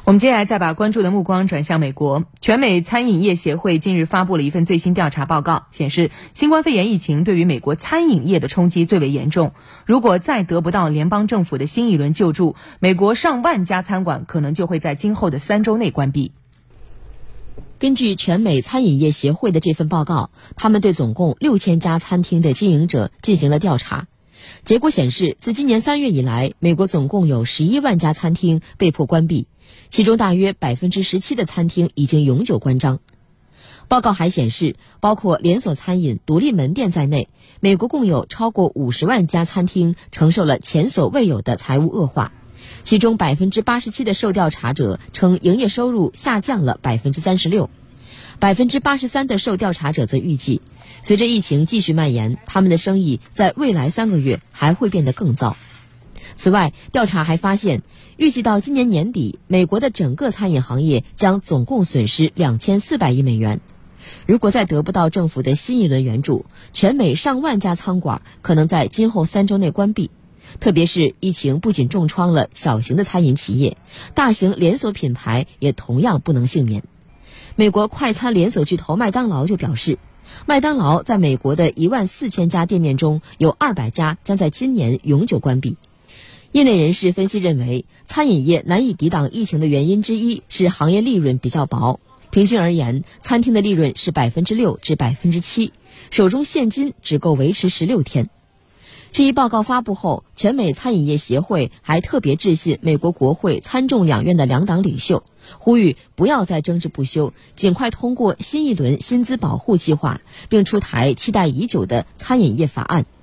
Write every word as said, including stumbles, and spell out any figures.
我们接下来再把关注的目光转向美国。全美餐饮业协会近日发布了一份最新调查报告，显示新冠肺炎疫情对于美国餐饮业的冲击最为严重。如果再得不到联邦政府的新一轮救助，美国上万家餐馆可能就会在今后的三周内关闭。 根据全美餐饮业协会的这份报告，他们对总共六千家餐厅的经营者进行了调查。结果显示，自今年三月以来，美国总共有十一万家餐厅被迫关闭，其中大约 百分之十七 的餐厅已经永久关张。报告还显示，包括连锁餐饮、独立门店在内，美国共有超过五十万家餐厅承受了前所未有的财务恶化，其中 百分之八十七 的受调查者称营业收入下降了 百分之三十六， 百分之八十三 的受调查者则预计，随着疫情继续蔓延，他们的生意在未来三个月还会变得更糟。此外，调查还发现，预计到今年年底，美国的整个餐饮行业将总共损失两千四百亿美元。如果再得不到政府的新一轮援助，全美上万家餐馆可能在今后三周内关闭。特别是疫情不仅重创了小型的餐饮企业，大型连锁品牌也同样不能幸免。美国快餐连锁巨头麦当劳就表示，麦当劳在美国的一万四千家店面中，有二百家将在今年永久关闭。业内人士分析认为，餐饮业难以抵挡疫情的原因之一是行业利润比较薄，平均而言，餐厅的利润是 百分之六 至 百分之七， 手中现金只够维持十六天。这一报告发布后，全美餐饮业协会还特别致信美国国会参众两院的两党领袖，呼吁不要再争执不休，尽快通过新一轮薪资保护计划，并出台期待已久的餐饮业法案。